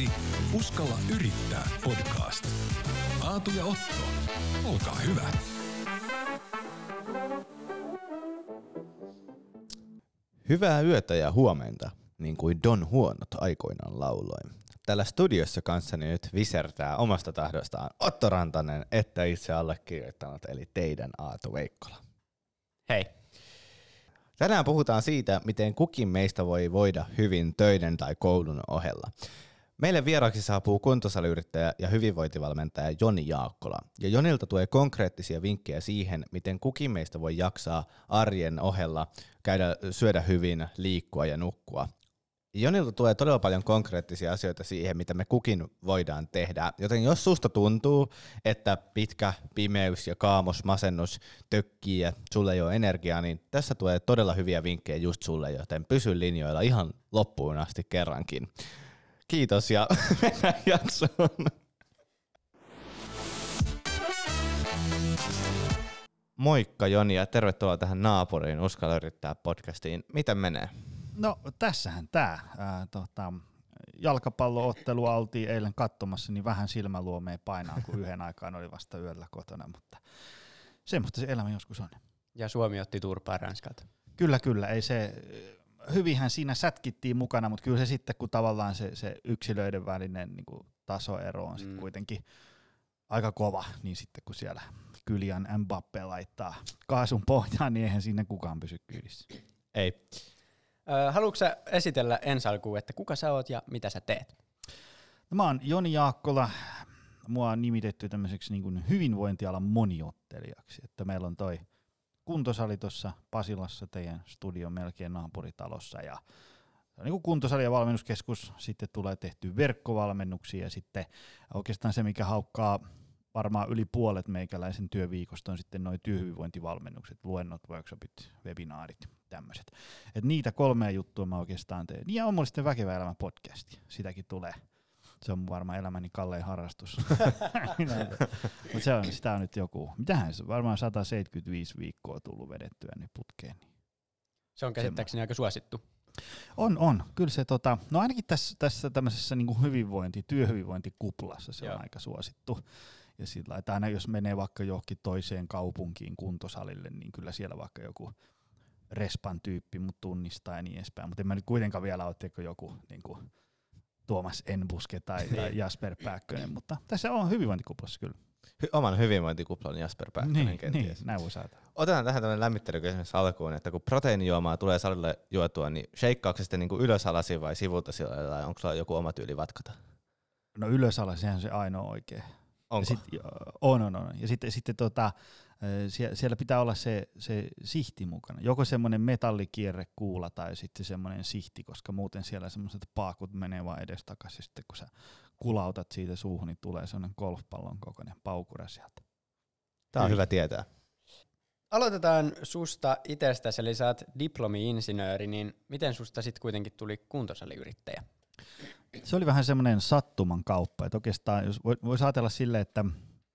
kuuntelemassa Uskalla yrittää podcast. Aatu ja Otto, olkaa hyvä. Hyvää yötä ja huomenta, niin kuin Don Huonot aikoinaan lauloi. Täällä studiossa kanssani nyt visertää omasta tahdostaan Otto Rantanen, että itse allekirjoittanut, eli teidän Aatu Veikkola. Hei. Tänään puhutaan siitä, miten kukin meistä voi voida hyvin töiden tai koulun ohella. Meille vieraaksi saapuu kuntosaliyrittäjä ja hyvinvointivalmentaja Joni Jaakkola. Ja Jonilta tulee konkreettisia vinkkejä siihen, miten kukin meistä voi jaksaa arjen ohella syödä hyvin, liikkua ja nukkua. Jonilta tulee todella paljon konkreettisia asioita siihen, mitä me kukin voidaan tehdä. Joten jos susta tuntuu, että pitkä pimeys ja kaamos, masennus tökkii ja sulle ei ole energiaa, niin tässä tulee todella hyviä vinkkejä just sulle, joten pysy linjoilla ihan loppuun asti kerrankin. Kiitos ja mennään jaksoon. Moikka Joni ja tervetuloa tähän Naapuriin Uskalla yrittää podcastiin. Miten menee? No tässähän tämä jalkapalloottelua oltiin eilen katsomassa, niin vähän silmäluomeen painaa, kun yhden aikaan oli vasta yöllä kotona, mutta semmoista se elämä joskus on. Ja Suomi otti turpaa Ranskalta. Kyllä, ei se, hyvinhän siinä sätkittiin mukana, mutta kyllä se sitten, kun tavallaan se yksilöiden välinen niin kuin tasoero on sitten kuitenkin aika kova, niin sitten kun siellä Kylian Mbappé laittaa kaasun pohjaan, niin eihän sinne kukaan pysy kyydissä. Ei. Haluatko sä esitellä ensi alkuun, että kuka sä oot ja mitä sä teet? No, mä oon Joni Jaakkola. Mua on nimitetty tämmöiseksi niin kuin hyvinvointialan moniottelijaksi. Että meillä on toi kuntosali tuossa Pasilassa, teidän studion melkein naapuritalossa. Ja niin kuin kuntosali ja valmennuskeskus, sitten tulee tehty verkkovalmennuksia ja sitten oikeastaan se, mikä haukkaa varmaan yli puolet meikäläisen työviikosta on sitten noi työhyvinvointivalmennukset, luennot, workshopit, webinaarit, tämmöiset. Et niitä 3 juttua mä oikeastaan teen. Ja on mulla sitten Väkevä elämä podcast, sitäkin tulee. Se on varmaan elämäni kallein harrastus. Mutta sitä on nyt joku, mitähän se varmaan 175 viikkoa tullut vedettyä nyt putkeen. Se on käsittääkseni aika suosittu. On. Kyllä se, no ainakin tässä tämmöisessä niin kuin työhyvinvointikuplassa se on aika suosittu. Ja sillä että aina jos menee vaikka johonkin toiseen kaupunkiin kuntosalille, niin kyllä siellä vaikka joku respan tyyppi mut tunnistaa ja niin edespäin. Mutta en mä nyt kuitenkaan vielä ole joku niin kuin Tuomas Enbuske tai Jasper Pääkkönen, mutta tässä on hyvinvointikuplassa kyllä. Oman hyvinvointikuplan Jasper Pääkkönen kenties. Niin, näin voi saada. Otetaan tähän tämmöinen lämmittelykysymys alkuun, että kun proteiinijuomaa tulee salille juotua, niin shakeaako se sitten niin kuin ylösalasi vai sivulta sillä, onko sulla joku oma tyyli vatkata? No ylösalasi, sehän se ainoa oikein. Onko? On. Ja sitten siellä pitää olla se sihti mukana. Joko semmoinen metallikierrekuula tai sitten semmoinen sihti, koska muuten siellä semmoiset paakut menee vaan edestakaisin. Ja sitten kun sä kulautat siitä suuhun, niin tulee semmoinen golfpallon kokoinen paukura sieltä. Tämä on hyvä tietää. Aloitetaan susta itsestäsi, eli sä oot diplomi-insinööri, niin miten susta sitten kuitenkin tuli kuntosaliyrittäjä? Se oli vähän semmoinen sattuman kauppa, että oikeastaan jos voisi ajatella silleen, että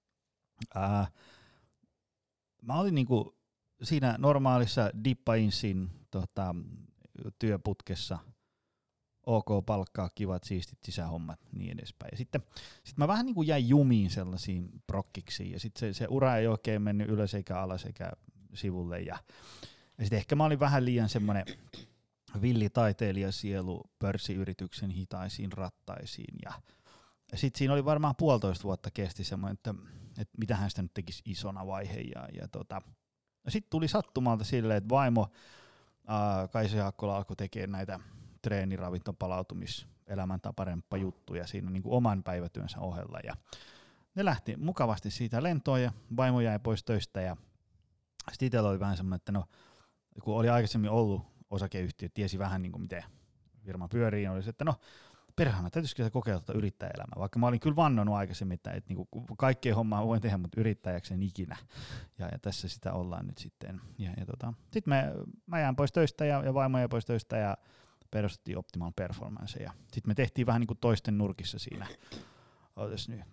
mä olin niinku siinä normaalissa dippainsin työputkessa, ok palkkaa, kivat, siistit sisähommat, niin edespäin. Ja sitten mä vähän niinku jäin jumiin sellaisiin prokkiksiin, ja sitten se ura ei oikein mennyt ylös eikä alas eikä sivulle, ja sitten ehkä mä olin vähän liian semmoinen villitaiteilijasielu pörssiyrityksen hitaisiin rattaisiin, ja sitten siinä oli varmaan 1,5 vuotta kesti semmoinen, että mitähän sitä nyt tekisi isona vaihe, ja sitten tuli sattumalta silleen, että vaimo Kaisa Jaakkola alkoi tekemään näitä treeniravinton palautumis elämäntaparempajuttuja siinä niin kuin oman päivätyönsä ohella, ja ne lähti mukavasti siitä lentoon, ja vaimo jäi pois töistä, ja sitten itsellä oli vähän semmoinen, että no, kun oli aikaisemmin ollut osakeyhtiö, tiesi vähän niin kuin miten firma pyörii, oli se, että no perhana, täytyisikö kokeilla tuota yrittäjäelämää, vaikka mä olin kyllä vannonut aikaisemmin, että niin kuin kaikkea hommaa voin tehdä, mutta yrittäjäksi en ikinä, ja tässä sitä ollaan nyt sitten. Sitten mä jään pois töistä ja vaimo jäi pois töistä ja perustettiin Optimal Performance, ja sitten me tehtiin vähän niin kuin toisten nurkissa siinä, otas nyt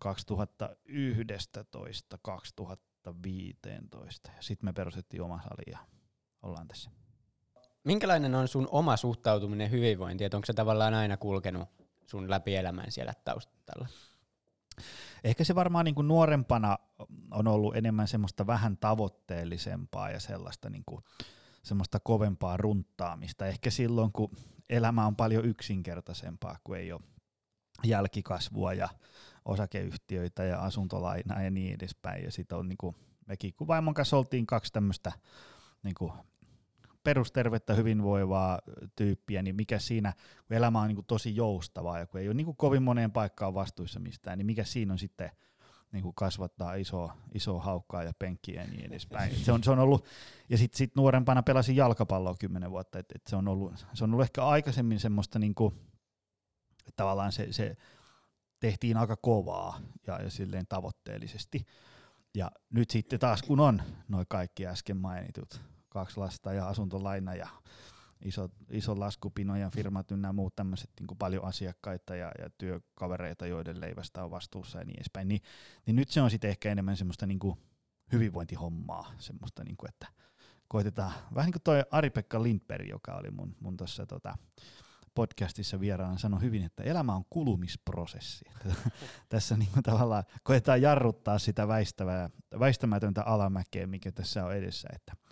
2011-2015, ja sitten me perustettiin oma sali ja ollaan tässä. Minkälainen on sun oma suhtautuminen hyvinvointiin, että onko se tavallaan aina kulkenut sun läpi elämän siellä taustalla? Ehkä se varmaan niin kuin nuorempana on ollut enemmän semmoista vähän tavoitteellisempaa ja sellaista niin kuin semmoista kovempaa runttaamista. Ehkä silloin, kun elämä on paljon yksinkertaisempaa, kun ei ole jälkikasvua ja osakeyhtiöitä ja asuntolainaa ja niin edespäin. Ja sitten on niin kuin, mekin kun vaimon kanssa oltiin kaksi tämmöistä niin kuin perustervettä hyvinvoivaa tyyppiä, niin mikä siinä, kun elämä on niin kuin tosi joustavaa ja kun ei ole niin kuin kovin moneen paikkaan vastuissa mistään, niin mikä siinä on sitten niin kuin kasvattaa isoa haukkaa ja penkkiä ja niin edespäin. Se on ollut, ja sitten nuorempana pelasin jalkapalloa 10 vuotta, että se on ollut ehkä aikaisemmin semmoista niin kuin, että tavallaan se tehtiin aika kovaa ja silleen tavoitteellisesti. Ja nyt sitten taas kun on noin kaikki äsken mainitut, 2 lasta ja asuntolaina ja iso laskupino ja firmat ynnä muut tämmöiset niin paljon asiakkaita ja työkavereita, joiden leivästä on vastuussa ja niin edespäin, niin nyt se on sitten ehkä enemmän semmoista niin kuin hyvinvointihommaa, semmoista, niin kuin, että koitetaan, vähän niin kuin toi Ari-Pekka Lindberg, joka oli mun tuossa podcastissa vieraana, sanoi hyvin, että elämä on kulumisprosessi. Tässä niin kuin tavallaan koetaan jarruttaa sitä väistämätöntä alamäkeä, mikä tässä on edessä.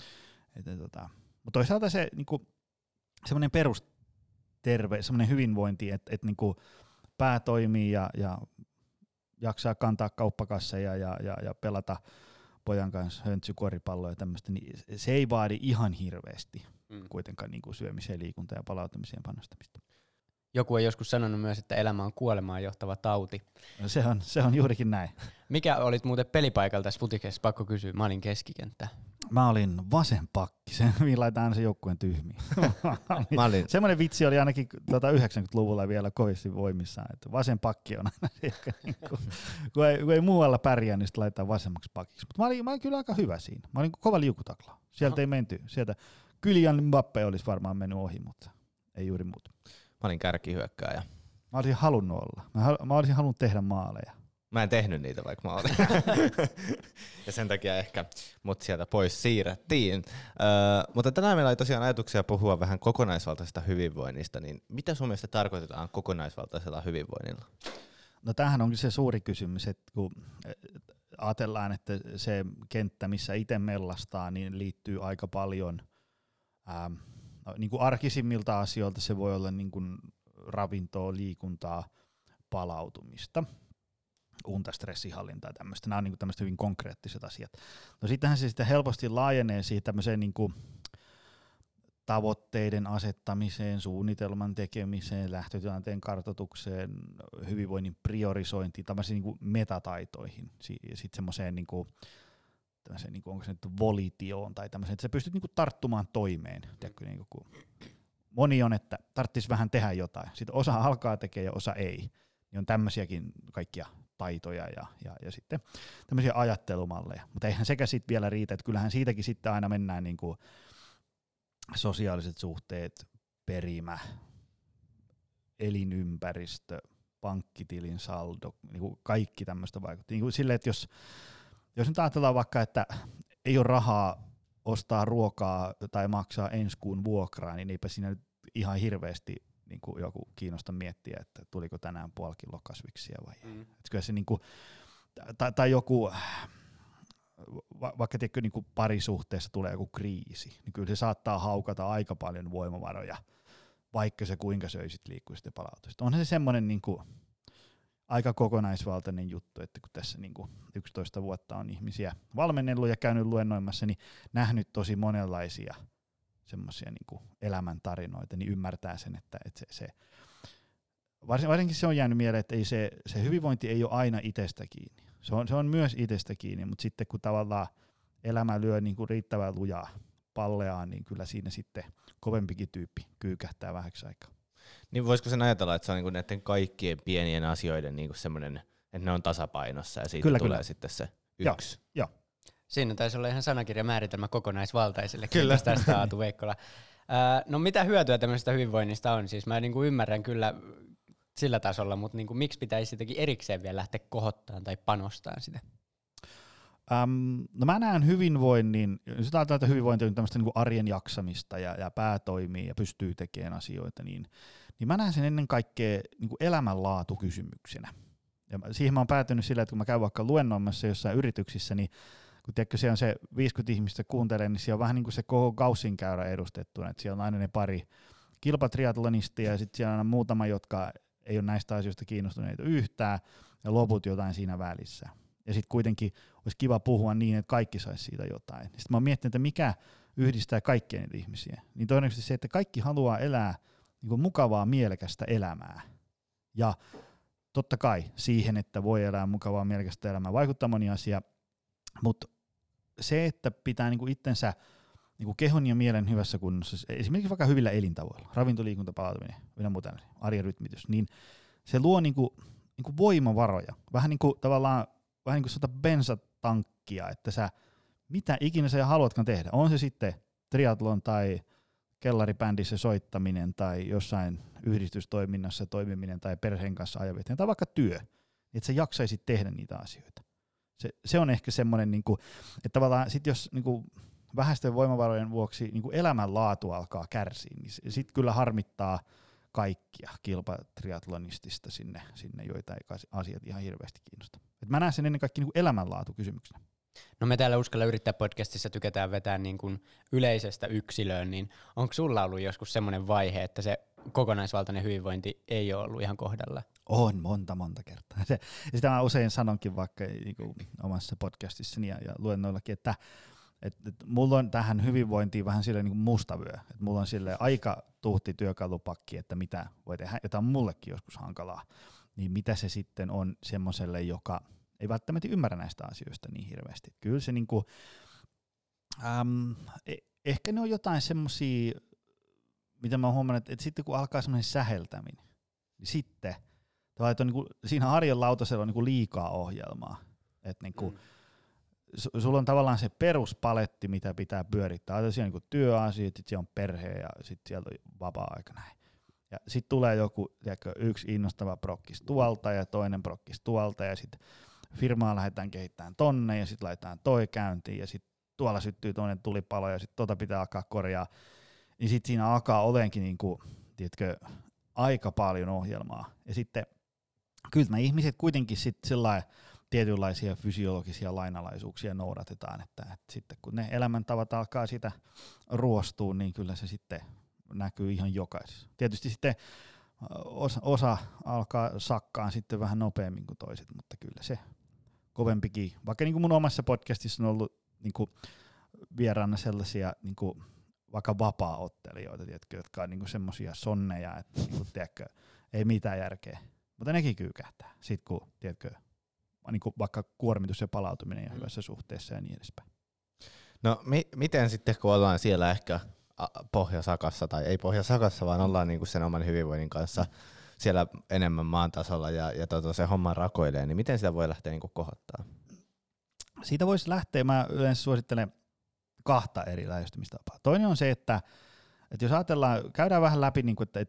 Mutta toisaalta se niinku, semmoinen perusterve, semmoinen hyvinvointi, että niinku pää toimii ja jaksaa kantaa kauppakasseja ja pelata pojan kanssa höntsykoripalloa ja tämmöistä, niin se ei vaadi ihan hirveästi kuitenkaan niinku syömiseen, liikuntaan ja palautumiseen panostamista. Joku on joskus sanonut myös, että elämä on kuolemaan johtava tauti. No se on juurikin näin. Mikä olit muuten pelipaikalta tässä futiksessa? Pakko kysyä. Mä olin keskikenttä. Mä olin vasen pakki, se laitetaan aina se joukkueen tyhmiin. Semmoinen vitsi oli ainakin 90-luvulla vielä kovasti voimissaan, että vasen pakki on aina se, kun ei muualla pärjää, niin sitten laitetaan vasemmaksi pakiksi. Mutta mä olin kyllä aika hyvä siinä. Mä olin kova liukutakla. Sieltä ei menty. Sieltä Kylian Mbappé olisi varmaan mennyt ohi, mutta ei juuri muuta. Mä olin kärkihyökkääjä. Mä olisin halunnut olla. Mä olisin halunnut tehdä maaleja. Mä en tehnyt niitä, vaikka mä olin. Ja sen takia ehkä mut sieltä pois siirrettiin. Mutta tänään meillä oli tosiaan ajatuksia puhua vähän kokonaisvaltaisesta hyvinvoinnista. Niin mitä sun mielestä tarkoitetaan kokonaisvaltaisella hyvinvoinnilla? No tämähän onkin se suuri kysymys, että kun ajatellaan, että se kenttä, missä itse mellastaa, niin liittyy aika paljon niin kuin arkisimmilta asioilta. Se voi olla niin kuin ravintoa, liikuntaa, palautumista, unta, stressihallintaa ja tämmöistä. Nämä on niin tämmöiset hyvin konkreettiset asiat. No sittenhän se sitten helposti laajenee siihen tämmöiseen niin kuin tavoitteiden asettamiseen, suunnitelman tekemiseen, lähtötilanteen kartoitukseen, hyvinvoinnin priorisointiin, tämmöisiin niin kuin metataitoihin ja sitten semmoiseen niin kuin onko se nyt volitioon tai tämmöiseen, että sä pystyt niin kuin tarttumaan toimeen. Tiedätkö, niin kuin, moni on, että tarvitsisi vähän tehdä jotain. Sitten osa alkaa tekemään ja osa ei. Niin on tämmöisiäkin kaikkia taitoja ja sitten tämmöisiä ajattelumalleja. Mutta eihän sekä sitten vielä riitä, että kyllähän siitäkin sitten aina mennään niin kuin sosiaaliset suhteet, perimä, elinympäristö, pankkitilin saldo, niin kuin kaikki tämmöistä vaikuttaa. Niin kuin silleen, että jos nyt ajatellaan vaikka, että ei ole rahaa ostaa ruokaa tai maksaa ensi kuun vuokraa, niin eipä siinä nyt ihan hirveästi niin kuin joku kiinnosta miettiä, että tuliko tänään puoli kiloa kasviksia vai kyllä se niin kuin, tai joku, vaikka tiedätkö, niin kuin parisuhteessa tulee joku kriisi, niin kyllä se saattaa haukata aika paljon voimavaroja, vaikka se kuinka söisit, liikkuisit ja palautuisit. Onhan se semmoinen niin kuin aika kokonaisvaltainen juttu, että kun tässä niin kuin 11 vuotta on ihmisiä valmennellut ja käynyt luennoimassa, niin nähnyt tosi monenlaisia semmoisia niin kuin elämäntarinoita, niin ymmärtää sen, että se varsinkin se on jäänyt mieleen, että ei se hyvinvointi ei ole aina itsestä kiinni. Se on myös itsestä kiinni, mutta sitten kun tavallaan elämä lyö niin kuin riittävän lujaa palleaan, niin kyllä siinä sitten kovempikin tyyppi kyykähtää vähäksi aikaa. Niin voisiko sen ajatella, että se on niinku näiden kaikkien pienien asioiden niinku semmoinen, että ne on tasapainossa ja siitä tulee sitten se yksi. Joo. Siinä taisi olla ihan sanakirjamääritelmä kokonaisvaltaiselle. Kyllä. Tästä Aatu Veikkola. No mitä hyötyä tämmöisestä hyvinvoinnista on? Siis mä niinku ymmärrän kyllä sillä tasolla, mutta niinku, miksi pitäisi sitäkin erikseen vielä lähteä kohottaan tai panostaan sitä? No mä näen hyvinvoinnin, jos ajatellaan, että hyvinvointi on tämmöistä niin kuin arjen jaksamista ja pää toimii ja pystyy tekemään asioita, niin niin mä näen sen ennen kaikkea niin kuin elämänlaatukysymyksenä. Ja siihen mä oon päätynyt sillä, että kun mä käyn vaikka luennoimassa jossain yrityksissä, niin kun tiedätkö, siellä on se 50 ihmistä kuuntelee, niin siellä on vähän niin kuin se koko Gaussin käyrä edustettuna, että siellä on aina ne pari kilpatriatlonistia ja sitten siellä on aina muutama, jotka ei ole näistä asioista kiinnostuneita yhtään ja loput jotain siinä välissä. Ja sitten kuitenkin olisi kiva puhua niin, että kaikki saisi siitä jotain. Sitten mä oon miettinyt, että mikä yhdistää kaikkia niitä ihmisiä. Niin todennäköisesti se, että kaikki haluaa elää niin kuin mukavaa, mielekästä elämää. Ja totta kai siihen, että voi elää mukavaa, mielekästä elämää, vaikuttaa moni asia, mutta se, että pitää niinku itsensä niinku kehon ja mielen hyvässä kunnossa, esimerkiksi vaikka hyvillä elintavoilla, ravinto, liikunta, palautuminen, ynnä muuta, arjen rytmitys, niin se luo niinku voimavaroja, vähän niin kuin tavallaan vähän niin kuin bensatankkia, että sä mitä ikinä sä haluatkaan tehdä, on se sitten triathlon tai kellaribändissä soittaminen tai jossain yhdistystoiminnassa toimiminen tai perheen kanssa ajanviettäminen tai vaikka työ, että sä jaksaisit tehdä niitä asioita. Se on ehkä semmoinen, että tavallaan sit jos vähäisten voimavarojen vuoksi elämänlaatu alkaa kärsiä, niin sitten kyllä harmittaa kaikkia kilpatriatlonistista sinne joita ei asiat ihan hirveästi kiinnosta. Et mä näen sen ennen kaikkea elämänlaatukysymyksenä. No me täällä Uskalla yrittää podcastissa tykätään vetää niin kuin yleisestä yksilöön, niin onko sulla ollut joskus semmoinen vaihe, että se kokonaisvaltainen hyvinvointi ei ole ollut ihan kohdalla? On monta kertaa. Sitä mä usein sanonkin vaikka omassa podcastissani ja luennoillakin, että mulla on tähän hyvinvointiin vähän silleen niin mustavyö. Että mulla on silleen aika tuhti työkalupakki, että mitä voi tehdä, jota on mullekin joskus hankalaa. Niin mitä se sitten on semmoselle, joka ei välttämättä ymmärrä näistä asioista niin hirveästi. Kyllä se ehkä ne on jotain semmosia, mitä mä oon huomannut, että sitten kun alkaa semmoinen säheltäminen, niin sitten on siinä arjen lautasella on liikaa ohjelmaa. Että sulla on tavallaan se peruspaletti, mitä pitää pyörittää. Siellä on työasiat, sitten siellä on perhe ja sitten siellä on vapaa-aika näin. Ja sitten tulee joku, yksi innostava prokkis tuolta ja toinen prokkis tuolta ja sitten firmaa lähdetään kehittämään tonne ja sitten laitetaan toi käyntiin ja sitten tuolla syttyy toinen tulipalo ja sitten pitää alkaa korjaa. Niin sitten siinä alkaa olenkin aika paljon ohjelmaa. Ja sitten kyllä nämä ihmiset kuitenkin sitten sellainen tietynlaisia fysiologisia lainalaisuuksia noudatetaan, että sitten kun ne elämäntavat alkaa sitä ruostua, niin kyllä se sitten näkyy ihan jokaisessa. Tietysti sitten osa alkaa sakkaan sitten vähän nopeammin kuin toiset, mutta kyllä se kovempikin. Vaikka niin kuin mun omassa podcastissa on ollut niin kuin vieraana sellaisia niin kuin vaikka vapaa-ottelijoita, tiedätkö, jotka on niin kuin semmoisia sonneja, että niin kuin, tiedätkö, ei mitään järkeä. Mutta nekin kyykähtää, sit kun tiedätkö, niin kuin vaikka kuormitus ja palautuminen on hyvässä suhteessa ja niin edespäin. No miten sitten, kun ollaan siellä ehkä pohjasakassa, tai ei pohjasakassa, vaan ollaan niinku sen oman hyvinvoinnin kanssa siellä enemmän maan tasolla ja se homma rakoilee, niin miten sitä voi lähteä niinku kohottaa? Siitä voisi lähteä, mä yleensä suosittelen 2 eri lähestymistapaa. Toinen on se, että jos ajatellaan, käydään vähän läpi, niin kuin, että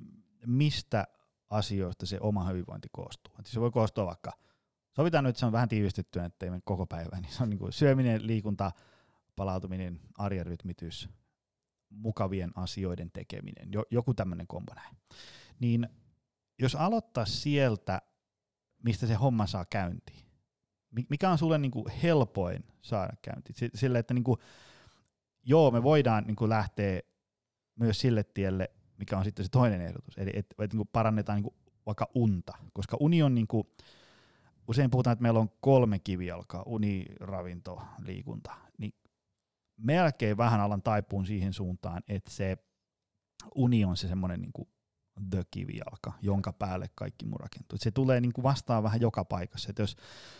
mistä asioista se oma hyvinvointi koostuu. Että se voi koostua vaikka, sovitaan nyt, että se on vähän tiivistetty, että ei mene koko päivä, niin se on niin kuin syöminen, liikunta, palautuminen, arjen rytmitys, mukavien asioiden tekeminen, joku tämmöinen kombo näin. Niin jos aloittaa sieltä, mistä se homma saa käyntiin, mikä on sulle niinku helpoin saada käyntiin? Sille, että niinku, joo, me voidaan niinku lähteä myös sille tielle, mikä on sitten se toinen ehdotus, eli että niinku parannetaan niinku vaikka unta, koska uni on niinku, usein puhutaan, että meillä on 3 kivijalkaa, uni, ravinto, liikunta, niin melkein vähän alan taipuun siihen suuntaan, että se uni on se semmoinen niinku the kivijalka, jonka päälle kaikki muu rakentuu. Se tulee niinku vastaan vähän joka paikassa, että jos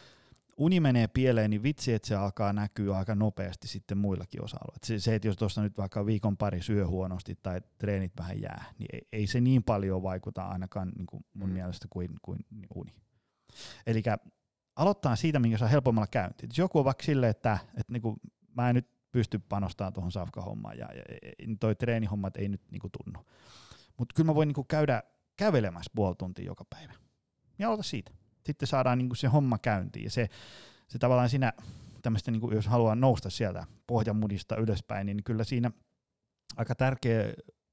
uni menee pieleen, niin vitsi, että se alkaa näkyä aika nopeasti sitten muillakin osa-alueilla. Se, että jos tuossa nyt vaikka viikon pari syö huonosti tai treenit vähän jää, niin ei se niin paljon vaikuta ainakaan niin kuin mun mielestä kuin uni. Eli aloittaa siitä, minkä saa helpommalla käyntiin. Jos joku on vaikka silleen, että niin kuin mä en nyt pysty panostamaan tuohon safkahommaan ja toi treenihommat ei nyt niin kuin tunnu. Mutta kyllä mä voin niin kuin käydä kävelemässä puoli tuntia joka päivä. Ja aloita siitä. Sitten saadaan niinku se homma käyntiin. Ja se tavallaan siinä, tämmöistä, niinku, jos haluaa nousta sieltä pohjamudista ylöspäin, niin kyllä siinä aika tärkeä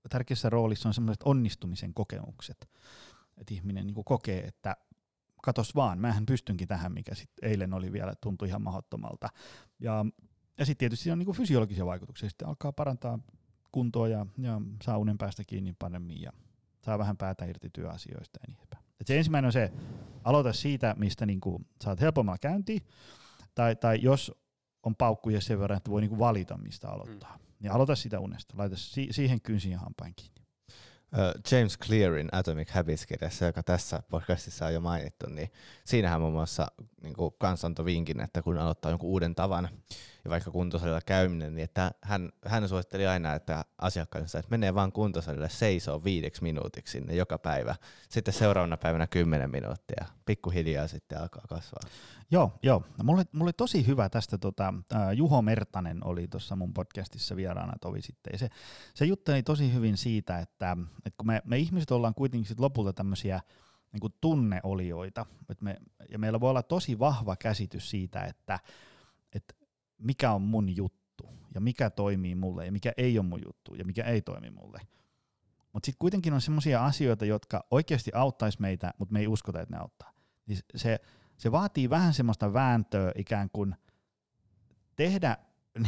tärkeässä roolissa on sellaiset onnistumisen kokemukset. Että ihminen niin kuin kokee, että katos vaan, mähän pystynkin tähän, mikä sitten eilen oli vielä, tuntui ihan mahdottomalta. Ja sitten tietysti on niin kuin fysiologisia vaikutuksia, sitten alkaa parantaa kuntoa ja saa unen päästä kiinni paremmin ja saa vähän päätä irti työasioista ja niin edespäin. Et se ensimmäinen on se, aloita siitä, mistä niinku saat helpommalla käyntiin, tai jos on paukkuja sen verran, että voi niinku valita, mistä aloittaa. Niin aloita sitä unesta, laita siihen kynsin ja hampain kiinni. James Clearin Atomic Habits-kirjassa, joka tässä podcastissa on jo mainittu, niin siinähän muun muassa niin kans antoi vinkin, että kun aloittaa jonkun uuden tavan ja vaikka kuntosalilla käyminen, niin että hän suositteli aina, että asiakkaansa, että menee vaan kuntosalille seisoo 5 minuutiksi sinne joka päivä. Sitten seuraavana päivänä 10 minuuttia. Pikkuhiljaa sitten alkaa kasvaa. Joo. No, mulla oli tosi hyvä tästä, Juho Mertanen oli tuossa mun podcastissa vieraana tovi sitten. Ja se jutteli tosi hyvin siitä, että kun me ihmiset ollaan kuitenkin sit lopulta tämmöisiä niin tunneolioita, ja meillä voi olla tosi vahva käsitys siitä, että mikä on mun juttu, ja mikä toimii mulle, ja mikä ei ole mun juttu, ja mikä ei toimi mulle. Mutta sitten kuitenkin on semmoisia asioita, jotka oikeasti auttaisi meitä, mutta me ei uskota, että ne auttaa. Niin se vaatii vähän semmoista vääntöä ikään kuin tehdä,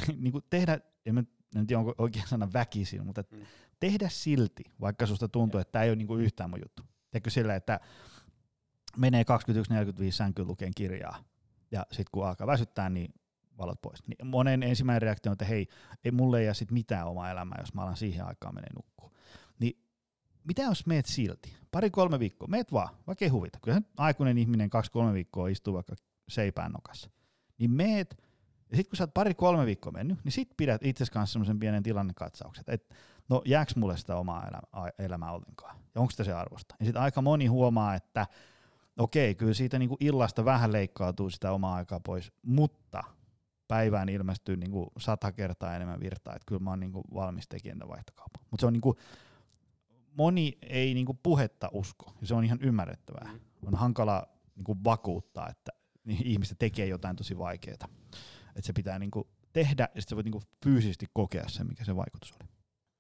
en tiedä onko oikein sana väkisin, mutta tehdä silti, vaikka susta tuntuu, että tämä ei ole niinku yhtään mun juttu. Teekö sillä, että menee 21.45 sänkyyn lukeen kirjaa, ja sitten kun alkaa väsyttää, niin valot pois. Niin monen ensimmäinen reaktio on, että hei, ei mulle jää sit mitään omaa elämää, jos mä alan siihen aikaan menee nukkuu. Niin mitä jos meet silti? 2-3 viikkoa, meet vaan, vaikka ei huvita. Kyllähän aikuinen ihminen 2-3 viikkoa istuu vaikka seipään nokassa. Niin meet, ja sitten kun sä oot 2-3 viikkoa mennyt, niin sit pidät itses kanssa semmoisen pienen tilannekatsauksen, että no jääks mulle sitä omaa elämää ollenkaan, ja onko sitä se arvosta. Ja sitten aika moni huomaa, että okei, kyllä siitä niinku illasta vähän leikkautuu sitä omaa aikaa pois, mutta päivään ilmestyy niinku 100 kertaa enemmän virtaa, että kyllä mä oon niinku valmis tekemään tämän vaihtokaupan. Mutta se on niinku, moni ei niinku puhetta usko, ja se on ihan ymmärrettävää. On hankala niinku vakuuttaa, että ihmiset tekee jotain tosi vaikeaa. Että se pitää niinku tehdä, ja sitten sä voit niinku fyysisesti kokea sen, mikä se vaikutus oli.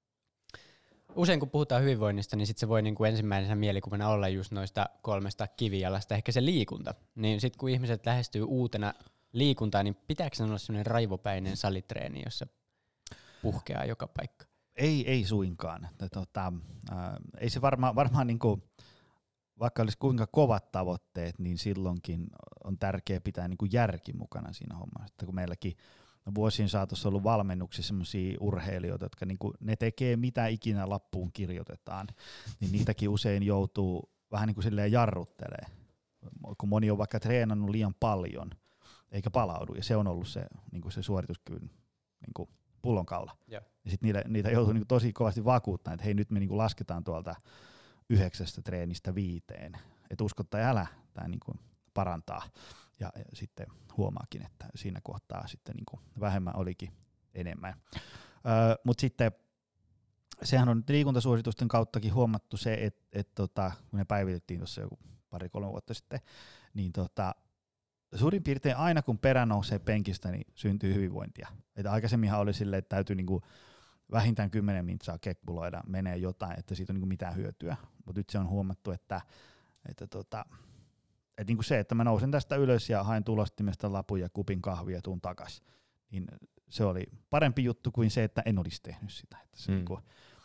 Usein kun puhutaan hyvinvoinnista, niin sit se voi niinku ensimmäisenä mielikuvana olla just noista 3 kivijalasta, ehkä se liikunta. Niin sit kun ihmiset lähestyy uutena liikuntaan, niin pitääkö se olla sellainen raivopäinen salitreeni, jossa puhkeaa joka paikka? Ei suinkaan. Ei se varmaan niinku, vaikka olisi kuinka kovat tavoitteet, niin silloinkin on tärkeää pitää niinku järki mukana siinä hommassa. Että kun meilläkin vuosien saatossa ollut valmennuksissa sellaisia urheilijoita, jotka niinku, ne tekee mitä ikinä lappuun kirjoitetaan, niin niitäkin usein joutuu vähän niin kuin silleen jarruttelemaan. Kun moni on vaikka treenannut liian paljon, eikä palaudu, ja se on ollut se, niinku se suorituskyvyn niinku pullonkaula. Ja sitten niitä joutuu niinku tosi kovasti vakuuttamaan, että hei, nyt me niinku lasketaan tuolta 9 treenistä 5, että usko tai älä, tämä niinku parantaa. Ja sitten huomaakin, että siinä kohtaa sitten niinku vähemmän olikin enemmän. Mutta sitten sehän on liikuntasuositusten kauttakin huomattu se, että kun ne päivitettiin tuossa joku 2-3 vuotta sitten, niin suurin piirtein aina kun perä nousee penkistä, niin syntyy hyvinvointia. Että aikaisemminhan oli silleen, että täytyy niinku vähintään 10 mintsaa kekbuloida, menee jotain, että siitä on niinku mitään hyötyä. Mutta nyt se on huomattu, että niinku se, että mä nousen tästä ylös ja haen tulostimesta lapun ja kupin kahvia ja tuun takas, niin se oli parempi juttu kuin se, että en olisi tehnyt sitä. Että se, niinku,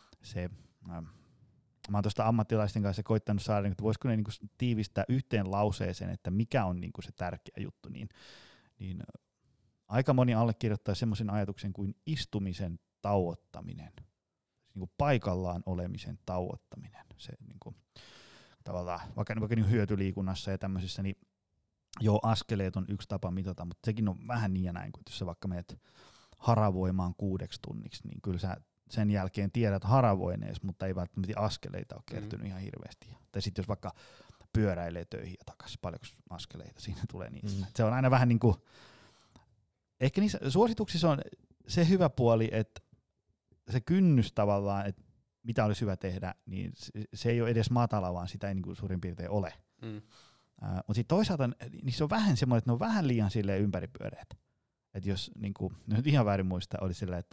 mä oon tuosta ammattilaisten kanssa koittanut saada, että voisiko ne niinku tiivistää yhteen lauseeseen, että mikä on niinku se tärkeä juttu, niin aika moni allekirjoittaa semmoisen ajatuksen kuin istumisen tauottaminen, niinku paikallaan olemisen tauottaminen. Se niinku, tavallaan, vaikka niinku hyötyliikunnassa ja tämmöisissä, niin joo, askeleet on yksi tapa mitata, mutta sekin on vähän niin ja näin, kun jos sä vaikka menet haravoimaan 6 tunniksi, niin kyllä sä sen jälkeen tiedät haravoinees, mutta ei välttämättä askeleita ole kertynyt ihan hirveästi. Tai sitten jos vaikka pyöräilee töihin ja takaisin, paljonko askeleita siinä tulee niissä. Se on aina vähän niin kuin, ehkä niissä suosituksissa on se hyvä puoli, että se kynnys tavallaan, että mitä olisi hyvä tehdä, niin se ei ole edes matala, vaan sitä ei niin kuin suurin piirtein ole. Mutta sitten toisaalta niissä on vähän semmoinen, että ne on vähän liian silleen ympäripyöreät. Että jos niin kuin, nyt ihan väärin muista, oli silleen, että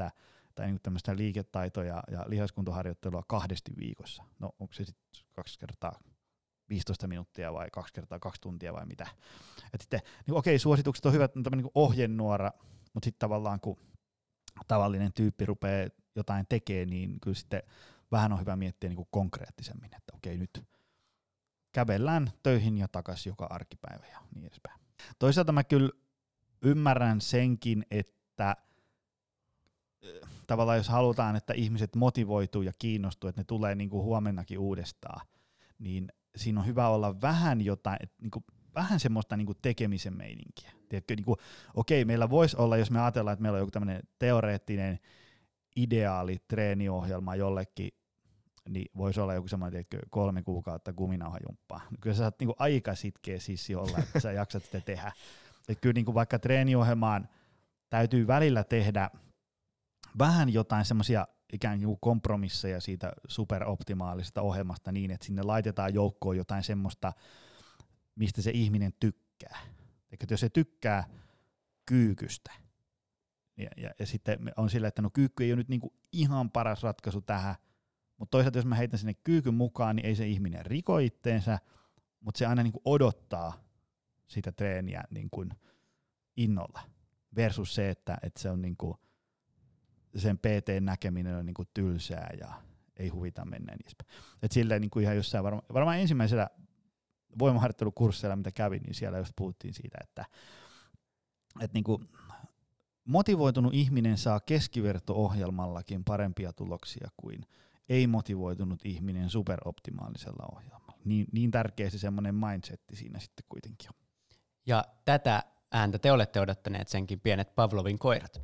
tai niin tämmöistä liiketaito- ja lihaskuntoharjoittelua 2 viikossa. No onko se sitten 2 kertaa 15 minuuttia vai 2 kertaa 2 tuntia vai mitä. Et sitten, niin okei, suositukset on hyvät, on tämmöinen niin ohjenuora, mutta sitten tavallaan kun tavallinen tyyppi rupeaa jotain tekemään, niin kyllä sitten vähän on hyvä miettiä niin kuin konkreettisemmin, että okei, nyt kävellään töihin ja takaisin joka arkipäivä ja niin edespäin. Toisaalta mä kyllä ymmärrän senkin, että tavallaan jos halutaan, että ihmiset motivoituu ja kiinnostuu, että ne tulee niin kuin huomennakin uudestaan, niin siinä on hyvä olla vähän jotain, niin kuin vähän semmoista niin kuin tekemisen meininkiä. Tiedätkö, niin kuin, okei, meillä voisi olla, jos me ajatellaan, että meillä on joku tämmöinen teoreettinen ideaali treeniohjelma jollekin, niin voisi olla joku semmoinen, tiedätkö, 3 kuukautta kuminauhajumppaa. Kyllä sä saat niin kuin aika sitkeä sissi olla, että sä jaksat sitä tehdä. Et kyllä niin kuin vaikka treeniohjelmaan täytyy välillä tehdä vähän jotain semmoisia ikään kuin kompromisseja siitä superoptimaalisesta ohjelmasta niin, että sinne laitetaan joukkoon jotain semmoista, mistä se ihminen tykkää. Eli jos se tykkää kyykystä, ja sitten on sillä, että no kyykky ei ole nyt niinku ihan paras ratkaisu tähän, mutta toisaalta jos mä heitän sinne kyykyn mukaan, niin ei se ihminen riko itteensä, mutta se aina niinku odottaa sitä treeniä niinku innolla. Versus se, että se on niinku sen PT:n näkeminen on niinku tylsää ja ei huvita mennä niin edespäin. Et silleen niinku ihan jossain varmaan ensimmäisellä voimaharjoittelukursseilla, mitä kävin, niin siellä just puhuttiin siitä, että niinku motivoitunut ihminen saa keskiverto-ohjelmallakin parempia tuloksia kuin ei-motivoitunut ihminen superoptimaalisella ohjelmalla. Niin tärkeä se semmoinen mindsetti siinä sitten kuitenkin on. Ja tätä ääntä te olette odottaneet, senkin pienet Pavlovin koirat.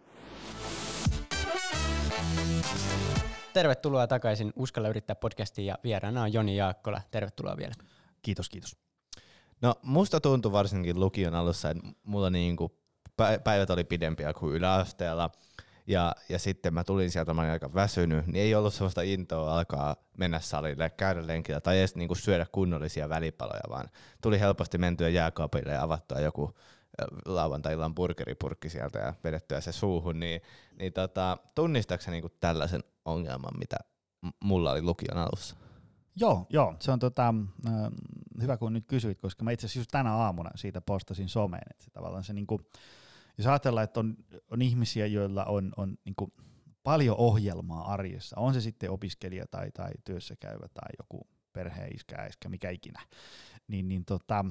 Tervetuloa takaisin Uskalla yrittää podcastiin ja vieraana on Joni Jaakkola. Tervetuloa vielä. Kiitos, kiitos. No musta tuntui varsinkin lukion alussa, että mulla niinku päivät oli pidempiä kuin yläasteella ja sitten mä tulin sieltä, mä olin aika väsynyt, niin ei ollut sellaista intoa alkaa mennä salille, käydä lenkillä tai edes niinku syödä kunnollisia välipaloja, vaan tuli helposti mentyä jääkaapille ja avattua joku lauantai-illan burgeripurkki sieltä ja vedettyä se suuhun, niin tunnistatko niinku tällaisen ongelman, mitä mulla oli lukion alussa? Joo, se on hyvä kun nyt kysyit, koska mä itse asiassa just tänä aamuna siitä postasin someen, että se tavallaan se niinku, jos ajatellaan, että on ihmisiä, joilla on niinku paljon arjessa, on se sitten opiskelija tai työssä käyvä tai joku perheen iskä, äiskä, mikä ikinä, niin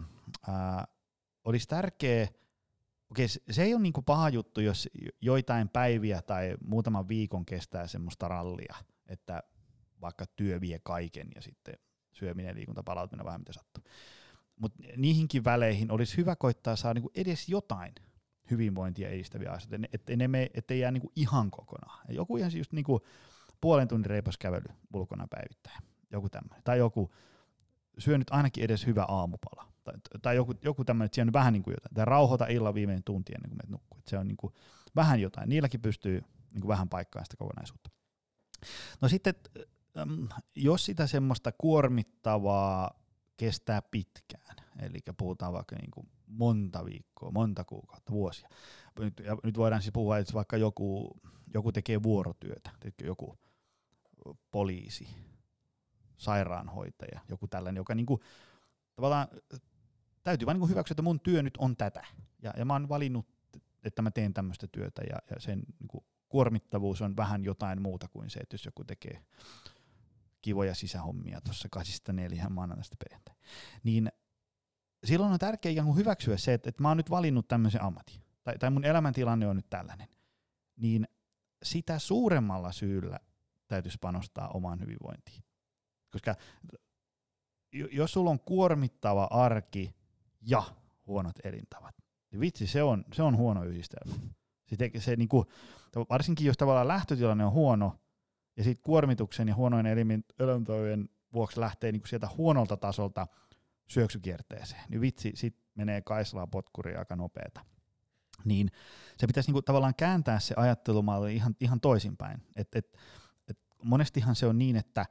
olisi tärkeää, okei, se ei ole niinku paha juttu, jos joitain päiviä tai muutaman viikon kestää semmoista rallia, että vaikka työ vie kaiken ja sitten syöminen, liikunta, palautuminen, vähän mitä sattuu. Mutta niihinkin väleihin olisi hyvä koittaa saada niinku edes jotain hyvinvointia edistäviä asioita, ettei jää niinku ihan kokonaan. Joku ihan just niinku 0,5 tunnin reipas kävely ulkona päivittäin, joku tämmöinen. Tai joku syö nyt ainakin edes hyvä aamupala. Tai joku tämmöinen, että siellä on vähän niinku jotain. Tai rauhoita illan viimeinen tunti ennen kuin menet nukkuu. Se on niinku vähän jotain. Niilläkin pystyy niinku vähän paikkaamaan sitä kokonaisuutta. No sitten, jos sitä semmoista kuormittavaa kestää pitkään, eli puhutaan vaikka niinku monta viikkoa, monta kuukautta, vuosia. Nyt voidaan siis puhua, että vaikka joku tekee vuorotyötä, joku poliisi, sairaanhoitaja, joku tällainen, joka niinku, tavallaan täytyy vain niinku hyväksyä, että mun työ nyt on tätä. Ja mä oon valinnut, että mä teen tämmöistä työtä ja sen niinku kuormittavuus on vähän jotain muuta kuin se, että jos joku tekee kivoja sisähommia tuossa 8-4 maanantaista perjantai. Niin silloin on tärkeää ikään kuin hyväksyä se, että mä oon nyt valinnut tämmöisen ammatin, tai mun elämäntilanne on nyt tällainen, niin sitä suuremmalla syyllä täytyisi panostaa omaan hyvinvointiin. Koska jos sulla on kuormittava arki ja huonot elintavat, niin vitsi, se on huono yhdistelmä. Se niinku, varsinkin jos tavallaan lähtötilanne on huono, ja sitten kuormituksen ja huonojen elintapojen vuoksi lähtee niinku sieltä huonolta tasolta syöksykierteeseen, niin vitsi, sit menee kaislaa potkuria aika nopeeta. Niin se pitäisi niinku tavallaan kääntää se ajattelumalli ihan toisinpäin. Et monestihan se on niin, että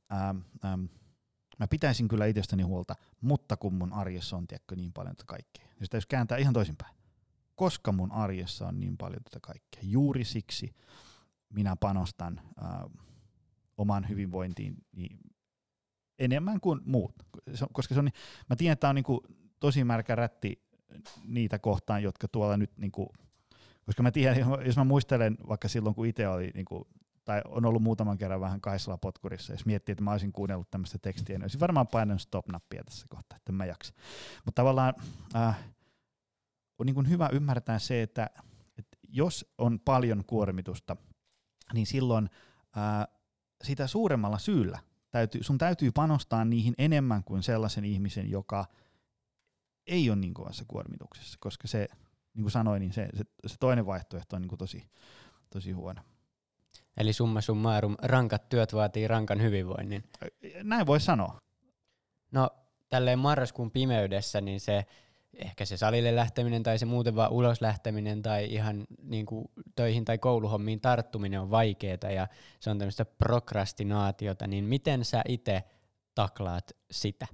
mä pitäisin kyllä itsestäni huolta, mutta kun mun arjessa on niin paljon tätä kaikkea. Ja sitä jos kääntää ihan toisinpäin. Koska mun arjessa on niin paljon tätä kaikkea. Juuri siksi minä panostan omaan hyvinvointiin niin enemmän kuin muut. Koska se on, mä tiedän, että tämä on niinku tosi märkä rätti niitä kohtaan, jotka tuolla nyt, niinku, koska mä tiedän, jos mä muistelen vaikka silloin, kun itse oli, niinku, tai on ollut muutaman kerran vähän Kaisala potkurissa, jos miettii, että mä olisin kuunnellut tämmöistä tekstiä, niin olisin varmaan painanut stop-nappia tässä kohtaa, että en mä jaksa. Mutta tavallaan on niinku hyvä ymmärtää se, että jos on paljon kuormitusta, niin silloin sitä suuremmalla syyllä sun täytyy panostaa niihin enemmän kuin sellaisen ihmisen, joka ei ole niin kovassa kuormituksessa, koska se, niin kuin sanoin, niin se toinen vaihtoehto on niin kuin tosi huono. Eli summa summarum, rankat työt vaatii rankan hyvinvoinnin. Näin voi sanoa. No, tälleen marraskuun pimeydessä, niin ehkä se salille lähteminen tai se muuten vaan ulos lähteminen tai ihan niin kuin töihin tai kouluhommiin tarttuminen on vaikeeta ja se on tämmöistä prokrastinaatiota, niin miten sä itse taklaat sitä?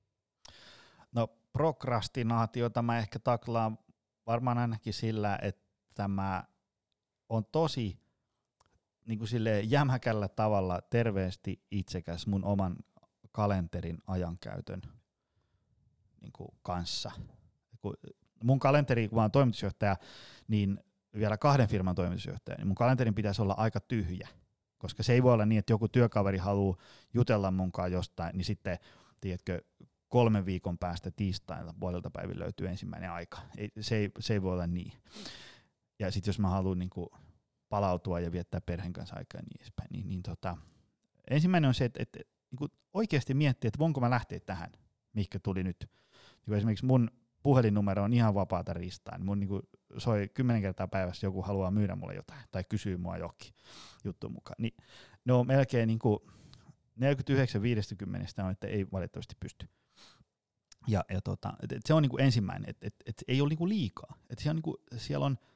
No prokrastinaatiota mä ehkä taklaan varmaan ainakin sillä, että mä on tosi niin kuin silleen jämäkällä tavalla terveesti itsekäs mun oman kalenterin ajankäytön niin kuin kanssa. Mun kalenteri, kun mä oon toimitusjohtaja, niin vielä 2 firman toimitusjohtaja, niin mun kalenterin pitäisi olla aika tyhjä, koska se ei voi olla niin, että joku työkaveri haluaa jutella munkaan jostain, niin sitten, tiedätkö, 3 viikon päästä tiistaina puolelta päivin löytyy ensimmäinen aika. Se ei voi olla niin. Ja sitten jos mä haluan niinku palautua ja viettää perheen kanssa aikaa niin edespäin, niin ensimmäinen on se, että niinku oikeasti miettiä, että voinko mä lähteä tähän, mihinkä tuli nyt. Niin esimerkiksi mun puhelinnumero on ihan vapaata ristaa. Mun niinku soi 10 kertaa päivässä joku haluaa myydä mulle jotain tai kysyy mua jokin juttu mukaan. Niin ne on melkein niinku 49-50 on, että ei valitettavasti pysty. Ja se on niinku ensimmäinen, että ei ole niinku liikaa. Et siellä on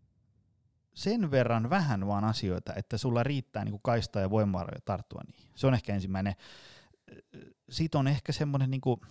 sen verran vähän vaan asioita, että sulla riittää niinku kaistaa ja voimavaroja tarttua niihin. Se on ehkä ensimmäinen. Siitä on ehkä semmoinen niinku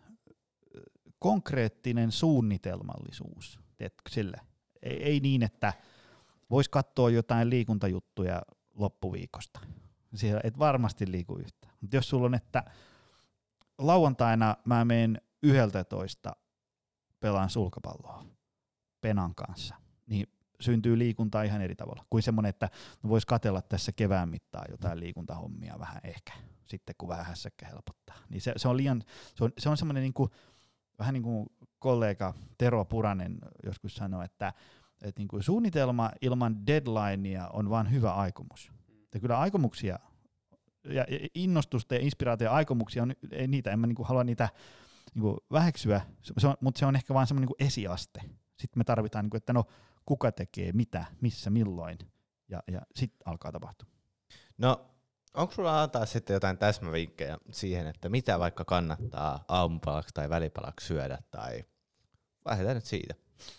konkreettinen suunnitelmallisuus. Sille. Ei niin, että vois katsoa jotain liikuntajuttuja loppuviikosta. Siellä et varmasti liiku yhtään. Mutta jos sulla on, että lauantaina mä menen 11 pelaan sulkapalloa Penan kanssa, niin syntyy liikuntaa ihan eri tavalla kuin semmoinen, että vois katsella tässä kevään mittaan jotain liikuntahommia vähän ehkä, sitten kun vähän hässäkkä helpottaa. Niin se on liian, se on semmoinen niinku, vähän niin kuin kollega Tero Puranen joskus sanoi, että niinku suunnitelma ilman deadlinea on vaan hyvä aikomus. Ja kyllä aikomuksia ja innostusta ja inspiraatio ja aikomuksia on, ei niitä, en mä niinku halua niitä niinku väheksyä, mutta se on ehkä vaan semmoinen niinku esiaste. Sitten me tarvitaan, niinku, että no kuka tekee mitä, missä, milloin ja sitten alkaa tapahtua. No onko sulla antaa sitten jotain täsmävinkkejä siihen, että mitä vaikka kannattaa aamupalaksi tai välipalaksi syödä tai lähdetään nyt siitä?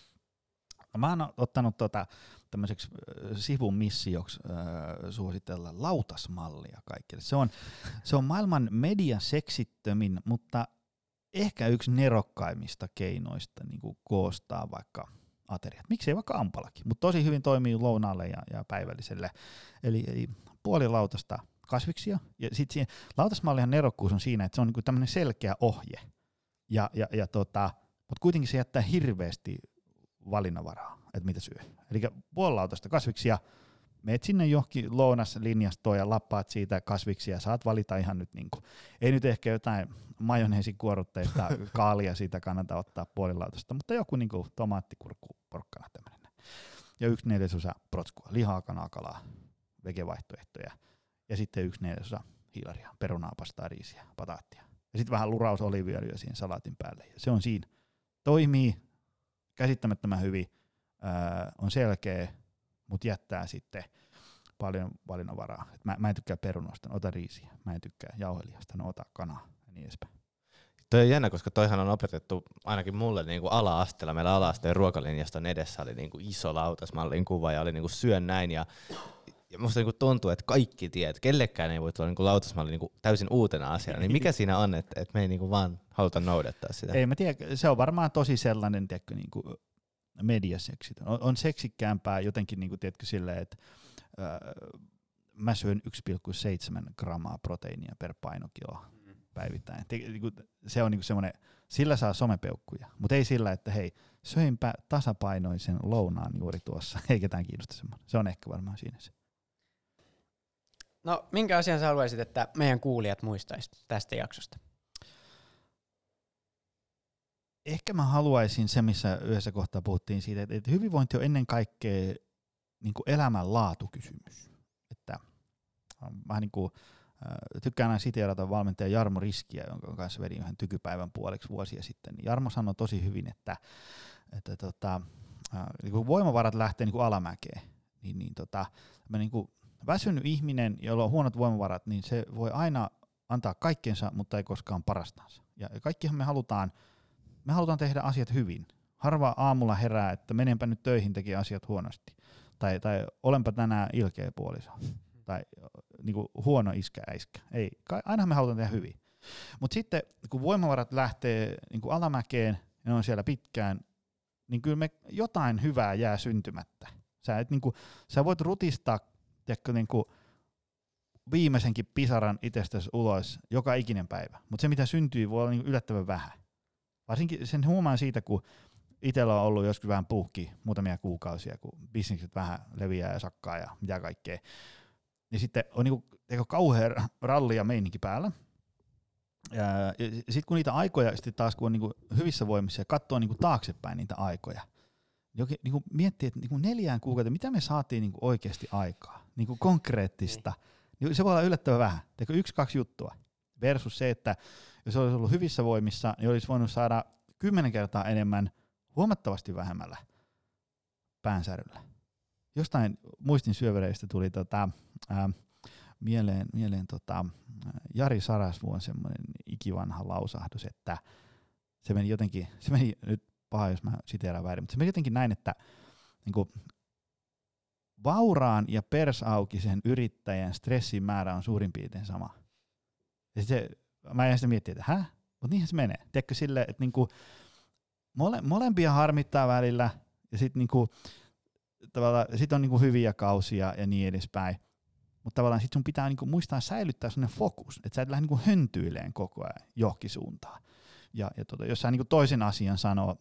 Mä oon ottanut tämmöiseksi sivun missioksi suositella lautasmallia kaikille. Se on maailman mediaseksittömin, mutta ehkä yksi nerokkaimmista keinoista niin kuin koostaa vaikka ateriat. Miksei vaikka aamupalakin, mutta tosi hyvin toimii lounaalle ja päivälliselle. Eli puoli lautasta kasviksia. Ja sitten lautasmallihan nerokkuus on siinä, että se on niinku tämmöinen selkeä ohje. Mutta kuitenkin se jättää hirveästi valinnanvaraa, että mitä syö. Eli puoli lautasta kasviksia, meet sinne johonkin lounaslinjastoon ja lappaat siitä kasviksia, saat valita ihan nyt niinku, ei nyt ehkä jotain majoneesikuorutteista kaalia siitä kannata ottaa puoli lautasta, mutta joku niinku tomaattikurkku, porkkana tämmöinen. Ja 1/4 protskua, lihaa, kanaa, kalaa, vegevaihtoehtoja. Ja sitten 1/4 hiilaria, perunaa, pastaa, riisiä, pataattia. Ja sitten vähän luraus oliiviöljyä siihen salaatin päälle. Ja se on siinä. Toimii käsittämättömän hyvin, on selkeä, mutta jättää sitten paljon valinnanvaraa. Mä en tykkää perunoista, ota riisiä. Mä en tykkää jauheliasta, ota kanaa ja niin edespäin. Toi on jännä, koska toihan on opetettu ainakin mulle niinku ala-asteella. Meillä ala-asteen ruokalinjaston edessä oli niinku iso lautasmallin kuva ja oli niinku syön näin. Ja musta niinku tuntuu, että kaikki tiedät, kellekään ei voi tulla niinku lautasmalli niinku täysin uutena asiana. Niin mikä siinä on, että me ei niinku vaan haluta noudattaa sitä? Ei mä tiedä, se on varmaan tosi sellainen, tiedätkö, niinku mediaseksit. On seksikkäämpää jotenkin niinku, tiedätkö, silleen, että mä syön 1,7 grammaa proteiinia per painokilo päivittäin. Se on niinku semmoinen, sillä saa somepeukkuja, mutta ei sillä, että hei, söinpä tasapainoisen lounaan juuri tuossa, ei ketään kiinnosta semmoinen. Se on ehkä varmaan siinä se. No, minkä asian sä haluaisit, että meidän kuulijat muistaisi tästä jaksosta? Ehkä mä haluaisin se, missä yhdessä kohtaa puhuttiin siitä, että hyvinvointi on ennen kaikkea niin kuin elämänlaatukysymys. Että mä niin kuin, tykkään aina siteerata valmentaja Jarmo Riskiä, jonka kanssa vedin yhden tykypäivän puoleksi vuosia sitten. Jarmo sanoi tosi hyvin, että niin kun voimavarat lähtee niin kuin alamäkeen, niin väsynyt ihminen, jolla on huonot voimavarat, niin se voi aina antaa kaikkensa, mutta ei koskaan parastansa. Ja kaikkihan me halutaan tehdä asiat hyvin. Harva aamulla herää, että menenpä nyt töihin, teki asiat huonosti. Tai olenpa tänään ilkeä puoliso. Tai niinku huono äiskä. Ei, aina me halutaan tehdä hyvin. Mutta sitten kun voimavarat lähtee niinku alamäkeen, ja ne on siellä pitkään, niin kyllä me jotain hyvää jää syntymättä. Sä voit rutistaa niinku viimeisenkin pisaran itsestäsi ulos joka ikinen päivä. Mutta se mitä syntyy voi olla niinku yllättävän vähän. Varsinkin sen huomaan siitä, kun itsellä on ollut joskus vähän puhki muutamia kuukausia, kun bisnekset vähän leviää ja sakkaa ja mitä kaikkea. Niin sitten on niinku kauhean ralli ja meininki päällä. Sitten kun niitä aikoja, sitten taas kun on niinku hyvissä voimissa ja katsoo niinku taaksepäin niitä aikoja, niinku miettii, että niinku 4 kuukautta, mitä me saatiin niinku oikeasti aikaa, niinku konkreettista, niin se voi olla yllättävän vähän. 1-2 juttua versus se, että jos olisi ollut hyvissä voimissa, niin olisi voinut saada 10 kertaa enemmän huomattavasti vähemmällä päänsäryllä. Jostain muistin syövereistä tuli mieleen Jari Sarasvuon semmoinen ikivanha lausahdus, että se meni nyt paha, jos mä siteeraan väärin, mutta se meni jotenkin näin, että niinku, vauraan ja persaukisen yrittäjän stressin määrä on suurin piirtein sama. Ja mä en sitä miettiä, että mutta niinhän se menee. Tiedätkö silleen, että niinku, molempia harmittaa välillä, ja sitten niinku, sit on niinku hyviä kausia ja niin edespäin. Mutta tavallaan sit sun pitää niinku muistaa säilyttää sellainen fokus, että sä et lähde niinku höntyileen koko ajan johonkin suuntaan. Ja jos sä niinku toisen asian sanoo,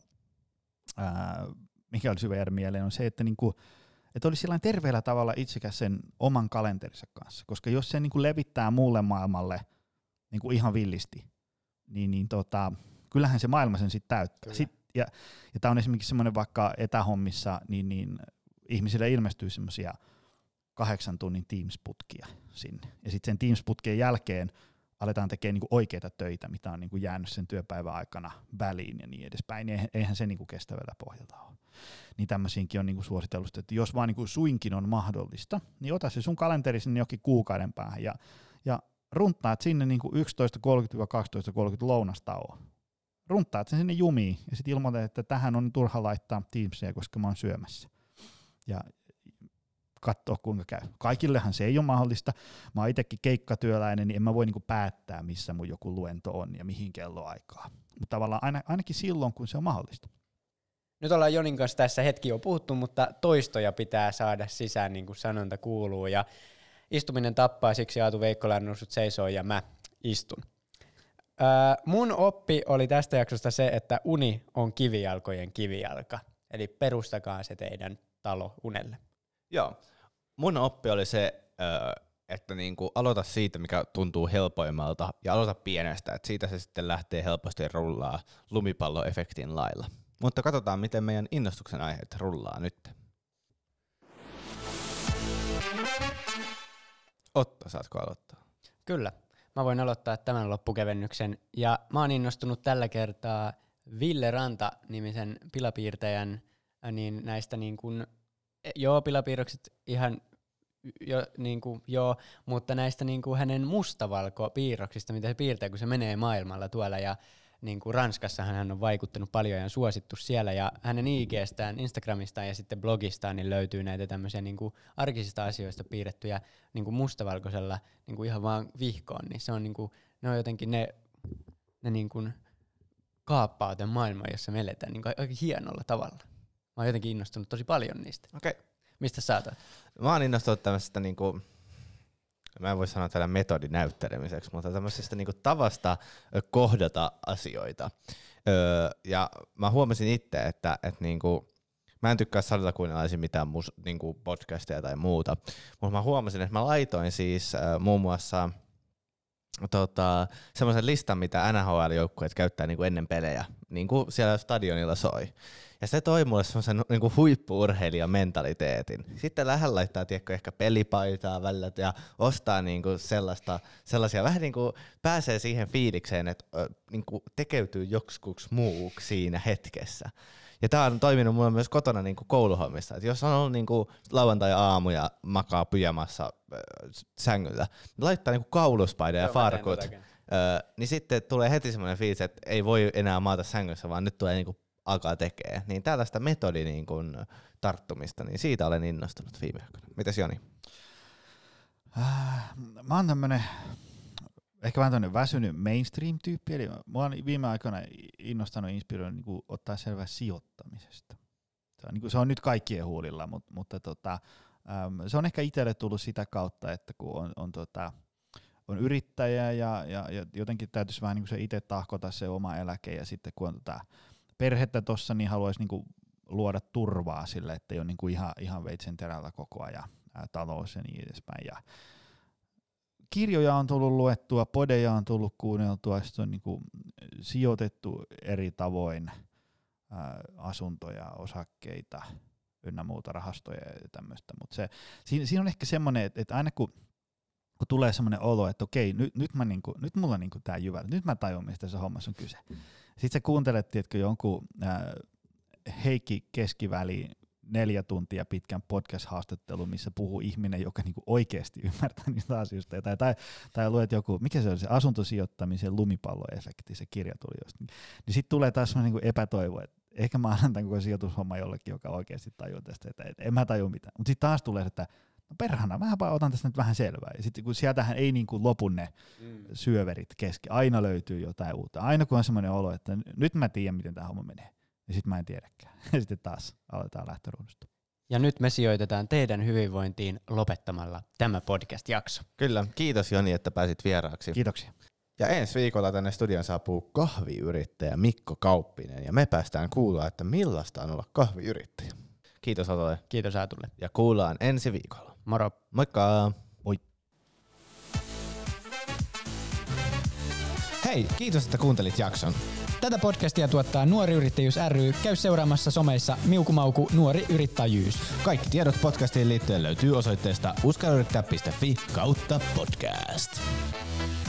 mikä olisi hyvä jäädä mieleen, on se, että niinku, että olisi sellainen terveellä tavalla itsekäs sen oman kalenterinsa kanssa. Koska jos se niinku levittää muulle maailmalle niinku ihan villisti, niin kyllähän se maailma sen sitten täyttää. Ja tämä on esimerkiksi semmoinen vaikka etähommissa, niin ihmisille ilmestyy semmoisia 8 tunnin Teams-putkia sinne. Ja sitten sen Teams-putkien jälkeen aletaan tekemään niinku oikeita töitä, mitä on niinku jäänyt sen työpäivän aikana väliin ja niin edespäin. Eihän se niinku kestävällä pohjalta ole. Niin tämmöisiinkin on niinku suositellut, että jos vaan niinku suinkin on mahdollista, niin ota se sun kalenteri sinne jokin kuukauden päähän ja runttaat sinne niinku 11.30-12.30 lounastauon. Runttaat sen sinne jumiin ja sitten ilmoitat, että tähän on turha laittaa Teamsia, koska mä oon syömässä. Ja katsoa kuinka käy. Kaikillehan se ei ole mahdollista. Mä oon itsekin keikkatyöläinen, niin en mä voi niinku päättää, missä mun joku luento on ja mihin kelloaikaa. Mutta tavallaan ainakin silloin, kun se on mahdollista. Nyt ollaan Jonin kanssa tässä hetki jo puhuttu, mutta toistoja pitää saada sisään, niin kuin sanonta kuuluu. Ja istuminen tappaa, siksi Aatu Veikkola on noussut seisoon ja mä istun. Mun oppi oli tästä jaksosta se, että uni on kivijalkojen kivijalka. Eli perustakaa se teidän talo unelle. Joo. Mun oppi oli se, että niinku aloita siitä, mikä tuntuu helpoimmalta, ja aloita pienestä, että siitä se sitten lähtee helposti rullaa lumipalloefektin lailla. Mutta katsotaan, miten meidän innostuksen aiheet rullaa nyt. Otto, saatko aloittaa? Kyllä. Mä voin aloittaa tämän loppukevennyksen. Ja mä oon innostunut tällä kertaa Ville Ranta-nimisen pilapiirtäjän niin näistä niin kuin, pilapiirrokset ihan mutta näistä niin kuin hänen mustavalkopiirroksista, mitä se piirtää, kun se menee maailmalla tuolla. Ja niin kuin Ranskassahan hän on vaikuttanut paljon ja on suosittu siellä. Ja hänen IG:stään, Instagramistaan ja sitten blogistaan niin löytyy näitä tämmöisiä niin kuin arkisista asioista piirrettyjä niin kuin mustavalkoisella niin kuin ihan vaan vihkoon. Niin se on niin kuin, ne on jotenkin ne niin kuin kaappaa tämän maailman, jossa me eletään niin kuin aika hienolla tavalla. Mä oon jotenkin innostunut tosi paljon niistä. Okei. Mistä sä otat? Mä oon innostunut tämmöisestä niinku, mä en voi sanoa tällä metodinäyttelemiseksi, mutta tämmöisestä niinku tavasta kohdata asioita. Ja mä huomasin itse, että niinku, mä en tykkää salilla kuunnella mitään niinku podcastia tai muuta, mutta mä huomasin, että mä laitoin siis muun muassa semmoisen listan, mitä NHL-joukkueet käyttää niinku ennen pelejä, niinku siellä stadionilla soi. Ja se toi mulle semmoisen niinku huippu-urheilijan mentaliteetin. Sitten lähden laittaa ehkä pelipaitaa välillä ja ostaa niinku sellaisia vähän niinku pääsee siihen fiilikseen, että niinku tekeytyy joksikuks muuksi siinä hetkessä. Ja tää on toiminut mulle myös kotona niinku kouluhommissa. Et jos on ollut niinku lauantai-aamu ja makaa pyjamassa sängyllä, niin laittaa niinku kauluspaidan ja farkut. Niin sitten tulee heti semmoinen fiilis, että ei voi enää maata sängyssä, vaan nyt tulee niinku alkaa tekee. Niin tällaista metodi niinku tarttumista, niin siitä olen innostunut viime aikoina. Mitäs Joni? Mä oon tämmönen ehkä vähän tämmönen väsynyt mainstream-tyyppi, eli mä oon viime aikoina innostanut inspiroinut niin ottaa selvää sijoittamisesta. Se on nyt kaikkien huulilla, mutta se on ehkä itselle tullut sitä kautta, että kun on yrittäjä ja jotenkin täytyisi vähän niin se itse tahkota se oma eläke, ja sitten kun on perhettä tossa, niin haluaisi niin luoda turvaa sille, että ei ole niin ihan veitsen terällä koko ajan talous ja niin edespäin. Ja kirjoja on tullut luettua, podeja on tullut kuunneltua, sitten on niinku sijoitettu eri tavoin asuntoja, osakkeita ynnä muuta, rahastoja ja tämmöistä. Mutta siinä on ehkä semmoinen, että aina kun tulee semmoinen olo, että okei, nyt mulla on niinku tää jyvä, nyt mä tajun, mistä se hommassa on kyse. Sitten sä kuuntelet, tiedätkö, jonkun Heikki Keskiväli 4 tuntia pitkän podcast-haastattelun, missä puhuu ihminen, joka niinku oikeasti ymmärtää niistä asioista. Tai luet joku, mikä se on se asuntosijoittamisen lumipalloefekti, se kirja tuli just. Niin sitten tulee taas semmoinen niinku epätoivo, että ehkä mä annan tämän koko sijoitushomma jollekin, joka oikeasti tajuu tästä, että en mä tajua mitään. Mutta sitten taas tulee, että no perhana, mähän otan tästä nyt vähän selvää. Ja sitten kun sieltähän ei niinku lopu ne syöverit kesken, aina löytyy jotain uutta. Aina kun on semmoinen olo, että nyt mä tiedän, miten tämä homma menee. Ja sitten mä en tiedäkään. Ja sitten taas aletaan lähtöruudusta. Ja nyt me sijoitetaan teidän hyvinvointiin lopettamalla tämä podcast-jakso. Kyllä, kiitos Joni, että pääsit vieraaksi. Kiitoksia. Ja ensi viikolla tänne studion saapuu kahviyrittäjä Mikko Kauppinen, ja me päästään kuulla, että millaista on olla kahviyrittäjä. Kiitos Otolle. Kiitos Aatulle. Ja kuullaan ensi viikolla. Moro. Moikka! Moi. Hei, kiitos, että kuuntelit jakson. Tätä podcastia tuottaa Nuori Yrittäjyys ry. Käy seuraamassa somessa Miukumauku Nuori Yrittäjyys. Kaikki tiedot podcastiin liittyen löytyy osoitteesta uskallayrittää.fi/podcast.